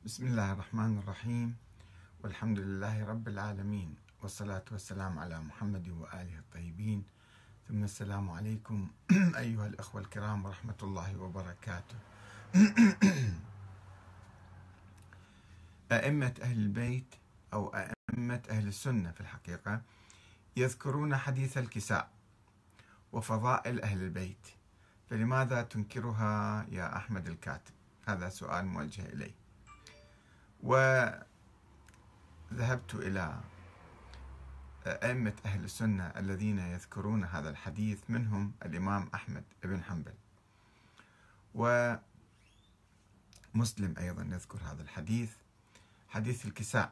بسم الله الرحمن الرحيم، والحمد لله رب العالمين، والصلاة والسلام على محمد وآله الطيبين، ثم السلام عليكم أيها الأخوة الكرام ورحمة الله وبركاته. أئمة أهل البيت أو أئمة أهل السنة في الحقيقة يذكرون حديث الكساء وفضائل أهل البيت، فلماذا تنكرها يا أحمد الكاتب؟ هذا سؤال موجه إلي. وذهبت إلى أئمة أهل السنة الذين يذكرون هذا الحديث، منهم الإمام أحمد بن حنبل، ومسلم أيضا يذكر هذا الحديث، حديث الكساء.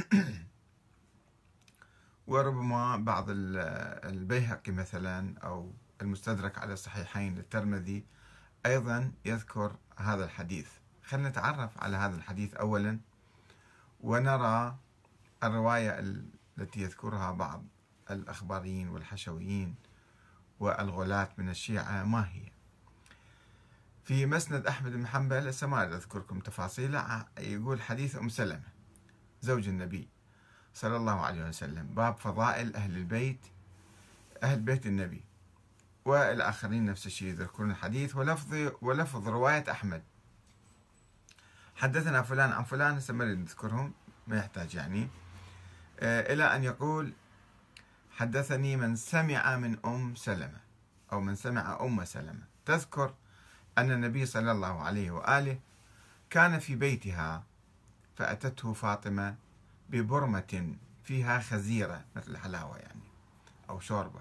وربما بعض البيهقي مثلا أو المستدرك على الصحيحين للترمذي أيضا يذكر هذا الحديث. خلينا نتعرف على هذا الحديث أولا، ونرى الرواية التي يذكرها بعض الأخباريين والحشويين والغلاة من الشيعة ما هي. في مسند أحمد بن حنبل، هسه ما أذكركم تفاصيله، يقول حديث أم سلمة زوج النبي صلى الله عليه وسلم، باب فضائل أهل البيت، أهل بيت النبي، والآخرين نفس الشيء يذكرون الحديث ولفظ رواية أحمد، حدثنا فلان عن فلان، هسه ما نذكرهم ما يحتاج يعني، إلى أن يقول حدثني من سمع من أم سلمة أو من سمع أم سلمة، تذكر أن النبي صلى الله عليه وآله كان في بيتها فأتته فاطمة ببرمة فيها خزيرة مثل حلاوة يعني أو شوربة،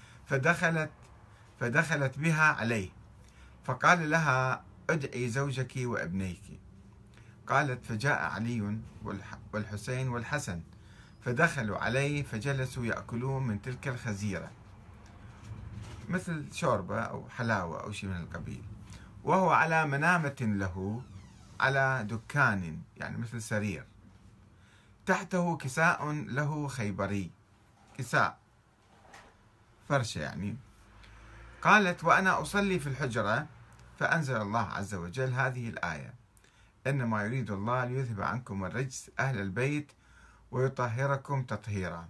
فدخلت بها عليه فقال لها ادعي زوجك وابنيك. قالت فجاء علي والحسين والحسن فدخلوا عليه فجلسوا يأكلون من تلك الخزيرة مثل شوربة أو حلاوة أو شيء من القبيل، وهو على منامة له على دكان يعني مثل سرير، تحته كساء له خيبري، كساء فرشة يعني. قالت وأنا أصلي في الحجرة فأنزل الله عز وجل هذه الآية: إنما يريد الله ليذهب عنكم الرجس أهل البيت ويطهركم تطهيرا.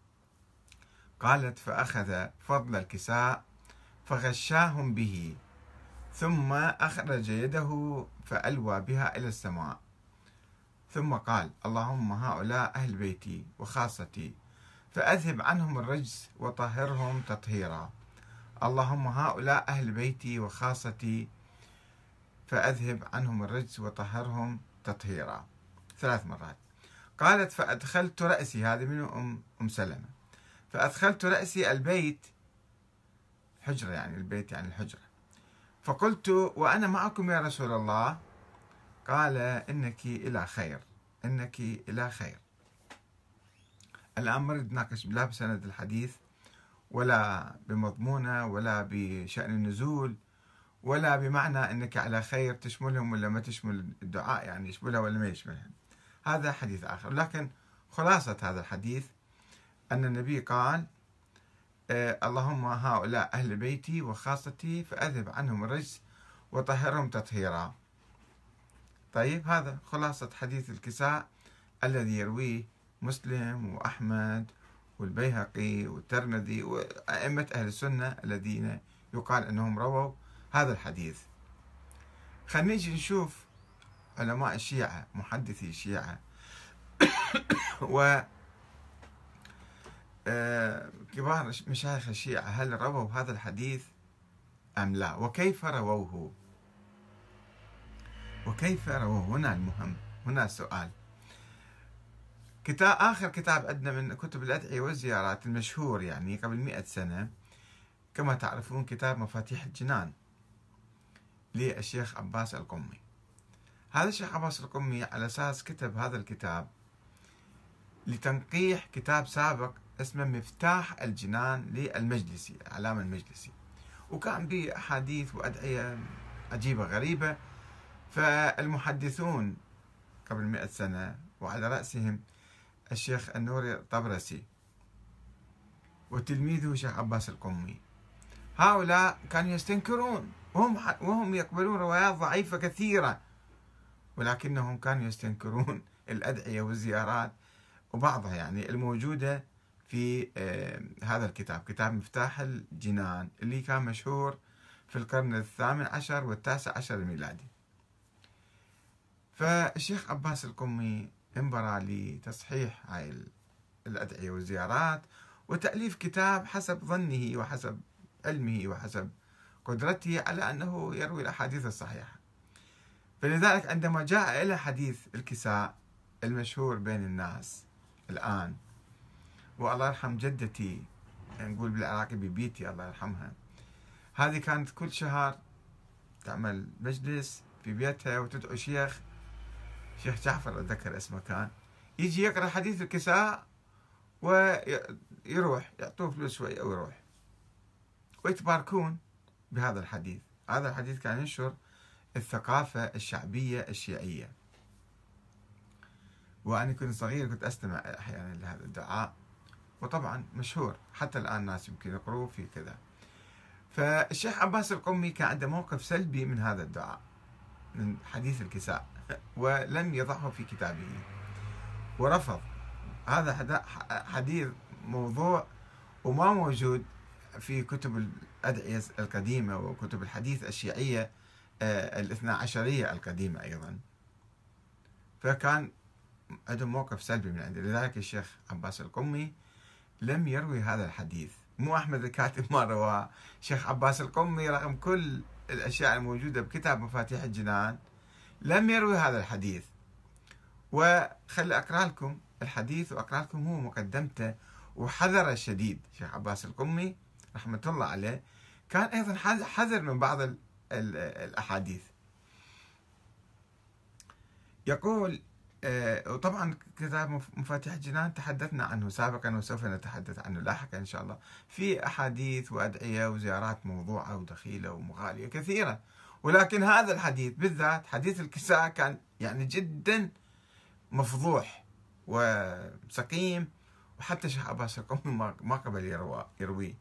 قالت فأخذ فضل الكساء فغشاهم به، ثم أخرج يده فألوى بها إلى السماء، ثم قال اللهم هؤلاء أهل بيتي وخاصتي فأذهب عنهم الرجس وطهرهم تطهيرا، اللهم هؤلاء أهل بيتي وخاصتي فأذهب عنهم الرجس وطهرهم تطهيرا، 3 مرات. قالت فأدخلت رأسي، هذه من أم سلمة، فأدخلت رأسي البيت، حجرة يعني البيت يعني الحجرة، فقلت وأنا معكم يا رسول الله؟ قال إنك إلى خير، إنك إلى خير. الآن ما نريد نناقش لا بسند الحديث ولا بمضمونه ولا بشأن النزول ولا بمعنى أنك على خير تشملهم ولا ما تشمل الدعاء يعني يشملها ولا ما يشملها، هذا حديث آخر. لكن خلاصة هذا الحديث أن النبي قال اللهم هؤلاء أهل بيتي وخاصتي فأذهب عنهم الرجس وطهرهم تطهيرا. طيب، هذا خلاصة حديث الكساء الذي يرويه مسلم وأحمد والبيهقي والترمذي وأئمة أهل السنة الذين يقال أنهم رووا هذا الحديث. خلينا نجي نشوف علماء الشيعة، محدثي الشيعة و كبار مشايخ الشيعة، هل رووا هذا الحديث أم لا؟ وكيف رووه؟ هنا المهم، هنا السؤال. آخر كتاب عندنا من كتب الأدعية والزيارات المشهور يعني قبل 100 سنة كما تعرفون، كتاب مفاتيح الجنان للشيخ عباس القمي. هذا الشيخ عباس القمي على أساس كتب هذا الكتاب لتنقيح كتاب سابق اسمه مفتاح الجنان للمجلسي، علامة المجلسي، وكان به أحاديث وأدعية عجيبة غريبة. فالمحدثون قبل 100 سنة وعلى رأسهم الشيخ النوري الطبرسي وتلميذه الشيخ عباس القمي، هؤلاء كانوا يستنكرون وهم يقبلون روايات ضعيفة كثيرة ولكنهم كانوا يستنكرون الأدعية والزيارات وبعضها يعني الموجودة في هذا الكتاب، كتاب مفتاح الجنان، اللي كان مشهور في القرن الثامن عشر والتاسع عشر الميلادي. فالشيخ عباس القمي انبرى لتصحيح هاي الأدعية والزيارات وتأليف كتاب حسب ظنه وحسب علمه وحسب قدرته على أنه يروي الأحاديث الصحيحة. فلذلك عندما جاء إلى حديث الكساء المشهور بين الناس الآن، والله يرحم جدتي، نقول بالعراقي ببيتي الله يرحمها، هذه كانت كل شهر تعمل مجلس في بيتها وتدعو شيخ جعفر أتذكر اسمه كان، يجي يقرأ حديث الكساء ويروح يعطوه فلوس شوية ويروح ويتباركون بهذا الحديث. هذا الحديث كان ينشر الثقافة الشعبية الشيعية، وأنا كنت صغير كنت أستمع أحيانا لهذا الدعاء، وطبعا مشهور حتى الآن الناس يمكن يقرؤوا في كذا. فالشيخ عباس القمي كان عنده موقف سلبي من هذا الدعاء من حديث الكساء ولم يضعه في كتابه، ورفض هذا حديث موضوع وما موجود في كتب الأدعية القديمة وكتب الحديث الشيعية الاثنا عشرية القديمة أيضا. فكان عندهم موقف سلبي من عنده، لذلك الشيخ عباس القمي لم يروي هذا الحديث. مو أحمد الكاتب ما رواه، الشيخ عباس القمي رغم كل الأشياء الموجودة بكتاب مفاتيح الجنان لم يروي هذا الحديث. وخلي أقرأ لكم الحديث وأقرأ لكم هو مقدمته، وحذر الشديد. الشيخ عباس القمي رحمة الله عليه كان أيضا حذر من بعض الأحاديث. يقول وطبعا كتاب مفاتيح الجنان تحدثنا عنه سابقا وسوف نتحدث عنه لاحقا إن شاء الله، في أحاديث وأدعية وزيارات موضوعة ودخيلة ومغالية كثيرة، ولكن هذا الحديث بالذات حديث الكساء كان يعني جدا مفضوح وسقيم، وحتى الشيخ عباس القمي ما قبل يرويه.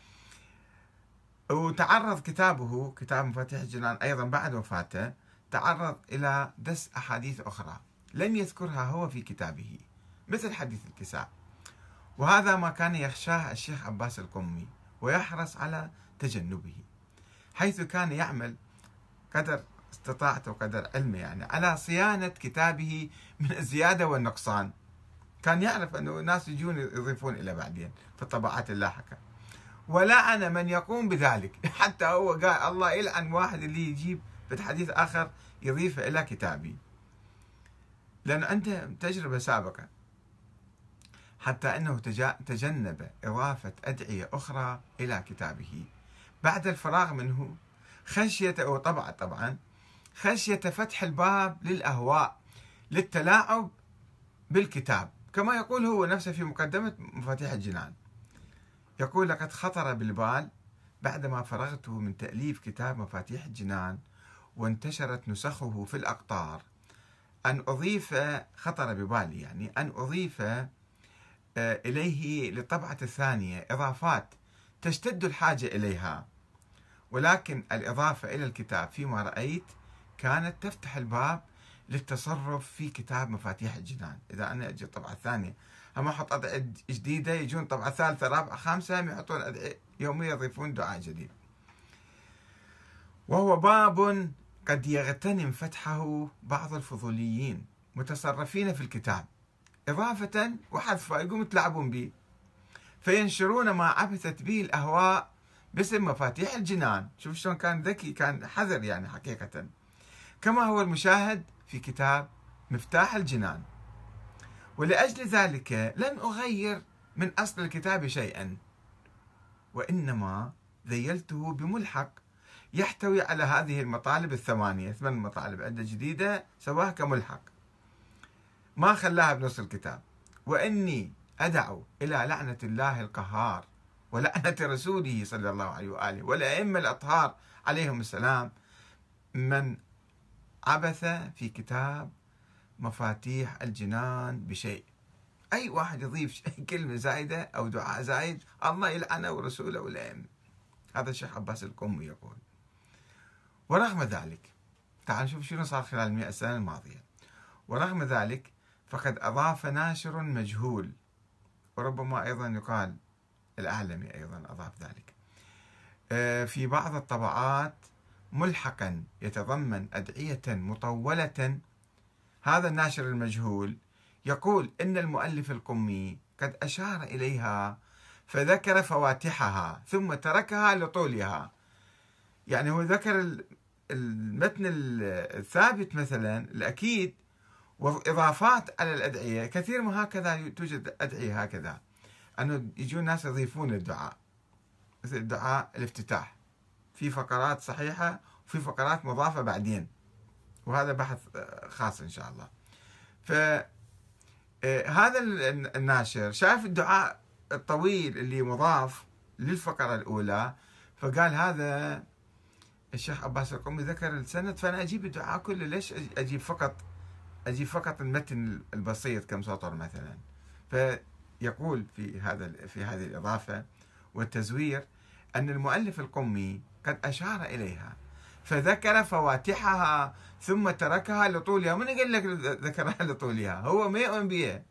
وتعرض كتابه كتاب مفاتيح الجنان أيضا بعد وفاته تعرض إلى دس أحاديث أخرى لم يذكرها هو في كتابه مثل حديث الكساء، وهذا ما كان يخشاه الشيخ عباس القمي ويحرص على تجنبه، حيث كان يعمل قدر استطاعته وقدر علمه يعني على صيانة كتابه من الزيادة والنقصان. كان يعرف أنه الناس يجون يضيفون إلى بعدين في الطبعات اللاحقة، ولعن من يقوم بذلك. حتى هو قال الله يلعن واحد اللي يجيب في حديث آخر يضيفه إلى كتابي، لأنه عنده تجربة سابقة. حتى أنه تجنب إضافة أدعية أخرى إلى كتابه بعد الفراغ منه خشية، طبعا خشية فتح الباب للأهواء للتلاعب بالكتاب، كما يقول هو نفسه في مقدمة مفاتيح الجنان. يقول لقد خطر بالبال بعدما فرغته من تأليف كتاب مفاتيح الجنان وانتشرت نسخه في الأقطار أن أضيف، خطر ببالي يعني أن أضيف إليه للطبعة الثانية إضافات تشتد الحاجة إليها، ولكن الإضافة إلى الكتاب فيما رأيت كانت تفتح الباب للتصرف في كتاب مفاتيح الجنان. إذا أنا أجي الطبعة الثانية هم أحط أدعية جديدة، يجون طبعة ثالثة رابعة خامسة هم يحطون أدعية يومية يضيفون دعاء جديد، وهو باب قد يغتنم فتحه بعض الفضوليين متصرفين في الكتاب إضافة وحذفا، يقوموا يتلاعبون به فينشرون ما عبثت به الأهواء باسم مفاتيح الجنان. شوف شلون كان ذكي، كان حذر يعني حقيقة، كما هو المشاهد في كتاب مفتاح الجنان. ولأجل ذلك لن أغير من أصل الكتاب شيئا، وإنما ذيلته بملحق يحتوي على هذه المطالب الثمانية، 8 مطالب عنده جديدة سواها كملحق ما خلاها بنص الكتاب. وإني أدعو إلى لعنة الله القهار ولعنة رسوله صلى الله عليه وآله والأئمة الأطهار عليهم السلام من عبث في كتاب مفاتيح الجنان بشيء. أي واحد يضيف كلمة زائدة أو دعاء زايد الله يلعنه ورسوله والأئمة. هذا الشيخ عباس القمي يقول. ورغم ذلك تعال نشوف شنو صار خلال 100 سنة الماضية. ورغم ذلك فقد أضاف ناشر مجهول، وربما أيضا يقال الأعلمي أيضا أضاف ذلك، في بعض الطبعات ملحقا يتضمن أدعية مطولة. هذا الناشر المجهول يقول إن المؤلف القمي قد أشار إليها فذكر فواتحها ثم تركها لطولها. يعني هو ذكر المتن الثابت مثلا الأكيد وإضافات على الأدعية كثير، ما هكذا توجد أدعية هكذا أنه يجون ناس يضيفون الدعاء، مثل دعاء الافتتاح في فقرات صحيحة وفي فقرات مضافة بعدين، وهذا بحث خاص إن شاء الله. فهذا الناشر شاف الدعاء الطويل اللي مضاف للفقرة الأولى، فقال هذا الشيخ عباس القمي ذكر السند، فأنا أجيب الدعاء كله، ليش أجيب فقط المتن البسيط كم سطر مثلا. فيقول في هذه الإضافة والتزوير أن المؤلف القمي قد أشار إليها فذكر فواتحها ثم تركها لطولها. من قال لك ذكرها لطولها؟ هو ما يؤمن بها.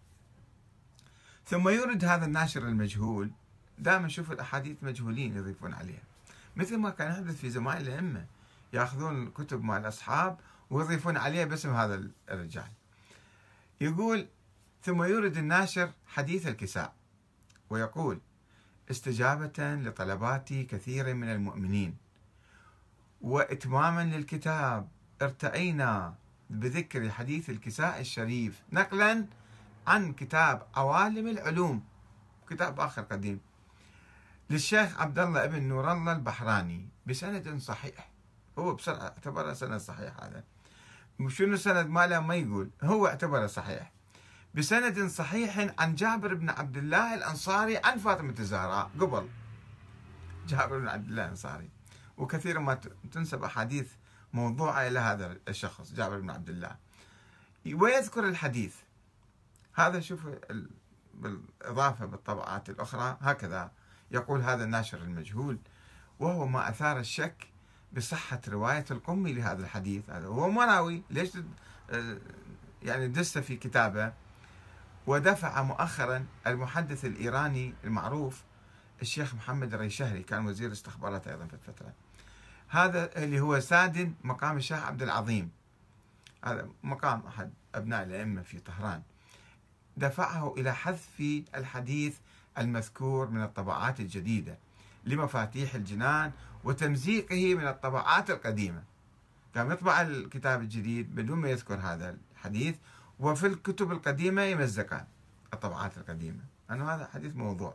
ثم يورد هذا الناشر المجهول، دائما نشوف الأحاديث مجهولين يضيفون عليها، مثل ما كان يحدث في زمان الأئمة، يأخذون الكتب مع الأصحاب ويضيفون عليها باسم هذا الرجال. يقول ثم يورد الناشر حديث الكساء ويقول استجابة لطلبات كثير من المؤمنين وإتماما للكتاب ارتأينا بذكر حديث الكساء الشريف نقلا عن كتاب عوالم العلوم، كتاب آخر قديم، للشيخ عبد الله ابن نور الله البحراني بسند صحيح. هو بسرعة اعتبره سند صحيح. هذا شنو السند ماله ما يقول، هو اعتبره صحيح، بسند صحيح عن جابر بن عبد الله الأنصاري عن فاطمة الزهراء. قبل جابر بن عبد الله الأنصاري، وكثيرا ما تنسب أحاديث موضوعة إلى هذا الشخص جابر بن عبد الله، ويذكر الحديث هذا. شوف بالإضافة بالطبعات الأخرى هكذا يقول هذا الناشر المجهول، وهو ما أثار الشك بصحة رواية القمي لهذا الحديث. هذا هو ما راوي، ليش يعني دس في كتابه. ودفع مؤخرا المحدث الإيراني المعروف الشيخ محمد الريشهري، كان وزير استخبارات أيضا في الفترة، هذا اللي هو سادن مقام الشيخ عبد العظيم، هذا مقام أحد أبناء الأئمة في طهران، دفعه إلى حذف الحديث المذكور من الطبعات الجديدة لمفاتيح الجنان وتمزيقه من الطبعات القديمة. كان يطبع الكتاب الجديد بدون ما يذكر هذا الحديث، وفي الكتب القديمة يمزقان الطبعات القديمة، أنه هذا حديث موضوع،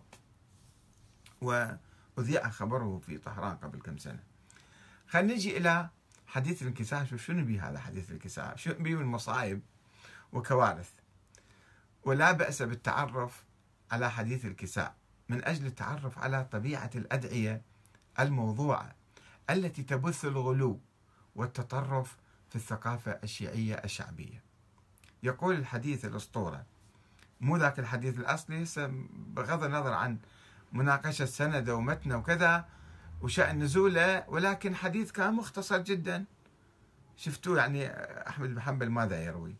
وأذيع خبره في طهران قبل كم سنة. خلينا نجي إلى حديث الانكسار. شنو بيه هذا حديث الانكسار؟ شنو بيه من مصائب وكوارث؟ ولا بأس بالتعرف على حديث الكساء من أجل التعرف على طبيعة الأدعية الموضوعة التي تبث الغلو والتطرف في الثقافة الشيعية الشعبية. يقول الحديث الأسطورة، مو ذاك الحديث الأصلي، بغض النظر عن مناقشة سنده ومتنه وكذا وشأن نزوله، ولكن حديث كان مختصر جدا. شفتوه يعني أحمد بن حنبل ماذا يروي؟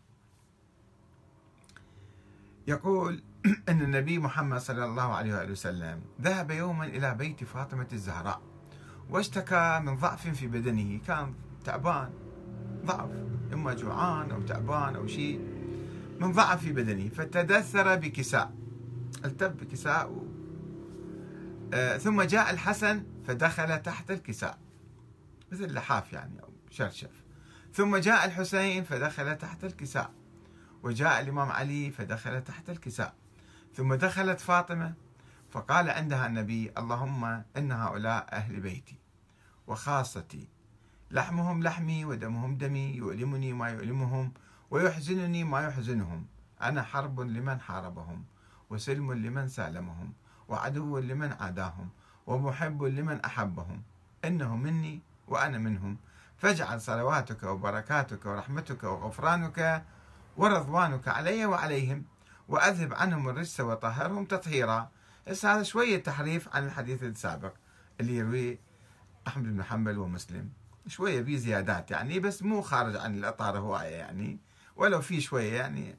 يقول أن النبي محمد صلى الله عليه وآله وسلم ذهب يوما إلى بيت فاطمة الزهراء واشتكى من ضعف في بدنه، كان تعبان، ضعف، إما جوعان أو تعبان أو شيء من ضعف في بدنه، فتدثر بكساء، التف بكساء. ثم جاء الحسن فدخل تحت الكساء مثل لحاف يعني أو شرشف. ثم جاء الحسين فدخل تحت الكساء، وجاء الإمام علي فدخل تحت الكساء. ثم دخلت فاطمة فقال عندها النبي: اللهم إن هؤلاء أهل بيتي وخاصتي، لحمهم لحمي ودمهم دمي، يؤلمني ما يؤلمهم ويحزنني ما يحزنهم، أنا حرب لمن حاربهم وسلم لمن سالمهم وعدو لمن عاداهم ومحب لمن أحبهم، إنهم مني وأنا منهم، فاجعل صلواتك وبركاتك ورحمتك وغفرانك ورضوانك علي وعليهم، وأذهب عنهم الرجس وطهرهم تطهيرا. هذا شوية تحريف عن الحديث السابق اللي يرويه أحمد بن حنبل ومسلم، شوية في زيادات يعني، بس مو خارج عن الإطار هواية يعني، ولو في شوية يعني.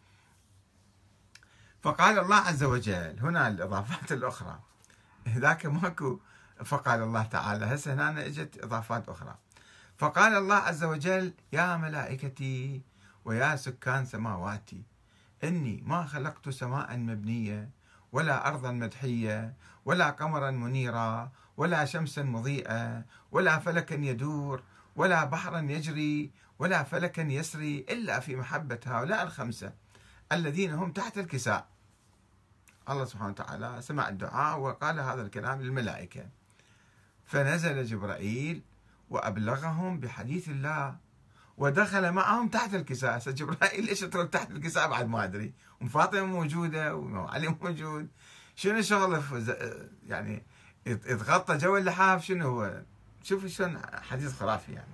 فقال الله عز وجل، هنا الإضافات الأخرى، ذاك ماكو فقال الله تعالى، هسه هنا اجت إضافات أخرى. فقال الله عز وجل: يا ملائكتي ويا سكان سماواتي، إني ما خلقت سماء مبنية ولا أرضا مدحية ولا قمرا منيرا ولا شمسا مضيئة ولا فلكا يدور ولا بحرا يجري ولا فلكا يسري إلا في محبة هؤلاء الخمسة الذين هم تحت الكساء. الله سبحانه وتعالى سمع الدعاء وقال هذا الكلام للملائكة. فنزل جبرائيل وأبلغهم بحديث الله ودخل معهم تحت الكساء. جبرائيل ليش يدخل تحت الكساء بعد ما أدري، وفاطمة موجودة وعلي موجود، شنو شغله يعني يتغطى جو اللحاف، شنو هو؟ شوف شلون حديث خرافي يعني.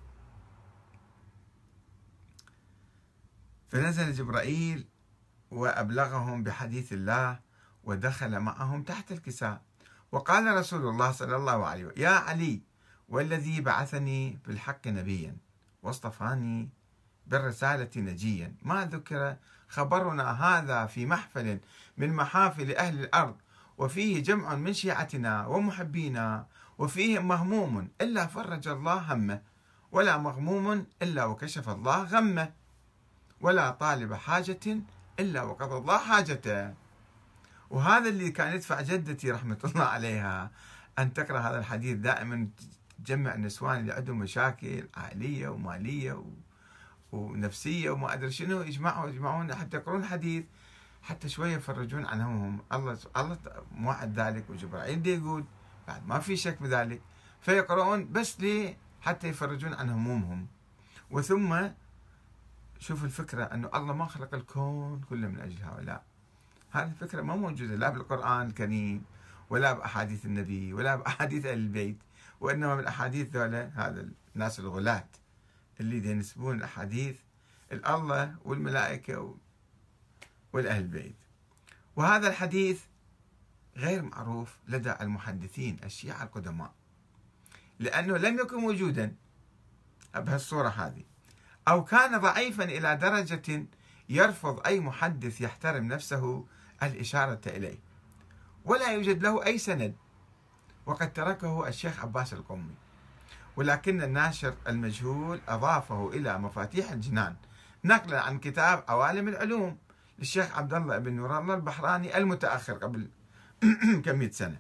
فنزل جبرائيل وأبلغهم بحديث الله ودخل معهم تحت الكساء. وقال رسول الله صلى الله عليه وسلم: يا علي، والذي بعثني بالحق نبيا واصطفاني بالرسالة نجيا، ما ذكر خبرنا هذا في محفل من محافل أهل الأرض، وفيه جمع من شيعتنا ومحبينا، وفيه مهموم إلا فرج الله همه، ولا مغموم إلا وكشف الله غمه، ولا طالب حاجة إلا وقضى الله حاجته. وهذا اللي كان يدفع جدتي رحمة الله عليها أن تقرأ هذا الحديث دائما، تجمع النسوان اللي عندهم مشاكل عائلية ومالية ونفسية وما أدري شنو، يجمعون حتى يقرون حديث، حتى شوية يفرجون عن همهم. الله موعد ذلك، وجبرائيل دي يقول بعد ما في شك بذلك، فيقرؤون بس ليه؟ حتى يفرجون عن همومهم. وثم شوف الفكرة أنه الله ما خلق الكون كله من أجل هؤلاء. هذه الفكرة ما موجودة لا بالقرآن الكريم ولا بأحاديث النبي ولا بأحاديث أهل البيت، وإنما بالأحاديث ذولا هذا الناس الغلاة اللي ينسبون الأحاديث الله والملائكة والأهل البيت. وهذا الحديث غير معروف لدى المحدثين الشيعة القدماء، لأنه لم يكن موجودا بهالصورة هذه، أو كان ضعيفا إلى درجة يرفض أي محدث يحترم نفسه الإشارة إليه، ولا يوجد له أي سند، وقد تركه الشيخ عباس القمي. ولكن الناشر المجهول أضافه إلى مفاتيح الجنان نقلا عن كتاب عوالم العلوم للشيخ عبد الله بن نور الله البحراني المتأخر قبل كم سنة،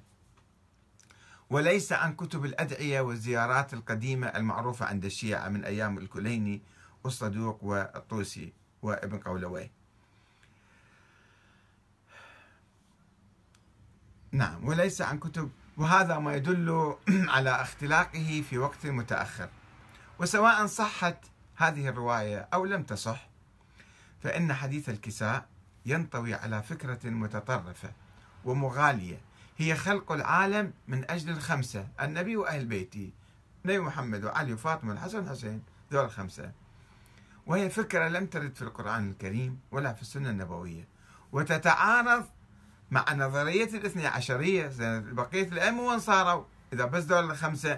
وليس عن كتب الأدعية والزيارات القديمة المعروفة عند الشيعة من أيام الكليني والصدوق والطوسي وابن قولويه. نعم، وليس عن كتب، وهذا ما يدل على اختلاقه في وقت متأخر. وسواء صحت هذه الرواية أو لم تصح، فإن حديث الكساء ينطوي على فكرة متطرفة ومغالية، هي خلق العالم من أجل الخمسة: النبي وأهل بيته، نبي محمد وعلي وفاطمة والحسن والحسين، ذول الخمسة. وهي فكرة لم ترد في القرآن الكريم ولا في السنة النبوية، وتتعارض مع نظرية الاثني عشرية، بقية الأئمة وين صاروا إذا بس دول الخمسة.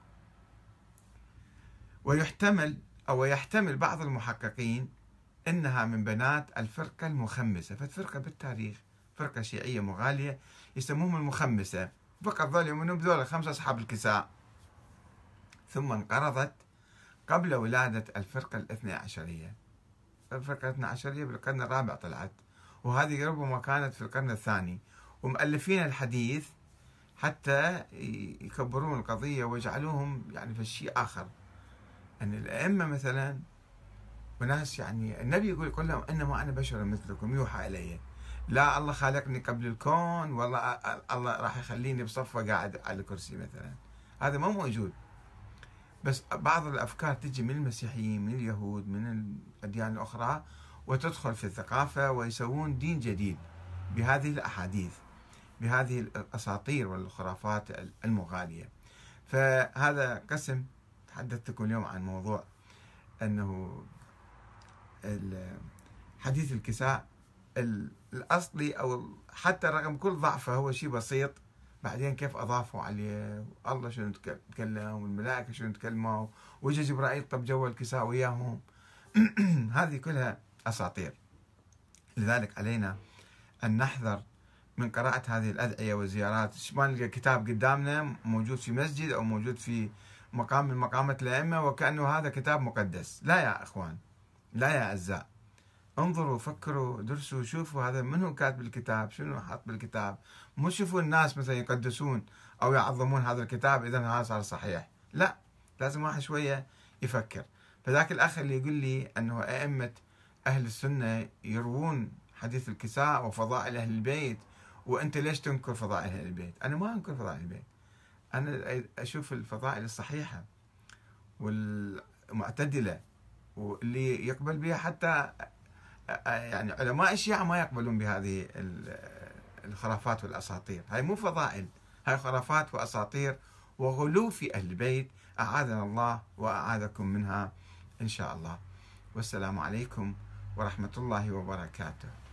ويحتمل بعض المحققين أنها من بنات الفرقة المخمسة، فالفرقة بالتاريخ فرقة شيعية مغالية يسموهم المخمسة، فقط ذول يؤمنون بذول الخمسة أصحاب الكساء، ثم انقرضت قبل ولادة الفرقة الاثني عشرية. الفرقة الاثني عشرية بالقرن الرابع طلعت، وهذه ربما كانت في القرن الثاني، ومؤلفين الحديث حتى يكبرون القضية ويجعلوهم يعني في شيء آخر، أن الأئمة مثلا وناس يعني النبي يقول لهم إنما أنا بشر مثلكم يوحى إلي، لا الله خالقني قبل الكون، والله الله راح يخليني بصفة قاعد على الكرسي مثلا، هذا ما موجود. بس بعض الأفكار تجي من المسيحيين، من اليهود، من الأديان الأخرى، وتدخل في الثقافة ويسوون دين جديد بهذه الأحاديث، بهذه الأساطير والخرافات المغالية. فهذا قسم تحدثتكم اليوم عن موضوع أنه حديث الكساء الأصلي، أو حتى رغم كل ضعفه هو شيء بسيط بعدين كيف أضافوا عليه، الله شنو تكلم والملائكة شنو تكلموا، وجا جبرائيل طب جو الكساء وياهم. هذه كلها أساطير. لذلك علينا أن نحذر من قراءة هذه الأدعية والزيارات. ما نلقى كتاب قدامنا موجود في مسجد أو موجود في مقام من مقامات الأئمة وكأنه هذا كتاب مقدس. لا يا أخوان، لا يا أعزاء، انظروا، فكروا، درسوا، شوفوا هذا منو كاتب الكتاب، شنو حط بالكتاب. مو شوفوا الناس مثلا يقدسون أو يعظمون هذا الكتاب إذا هذا صار صحيح. لا، لازم واحد شوية يفكر. فذاك الأخ اللي يقول لي أنه أئمة أهل السنة يروون حديث الكساء وفضائل أهل البيت، وأنت ليش تنكر فضائل أهل البيت؟ أنا ما أنكر فضائل البيت، أنا أشوف الفضائل الصحيحة والمعتدلة واللي يقبل بها حتى يعني علماء الشيعة ما يقبلون بهذه الخرافات والأساطير. هاي مو فضائل، هاي خرافات وأساطير وغلو في أهل البيت، أعاذنا الله وأعاذكم منها إن شاء الله. والسلام عليكم ورحمة الله وبركاته.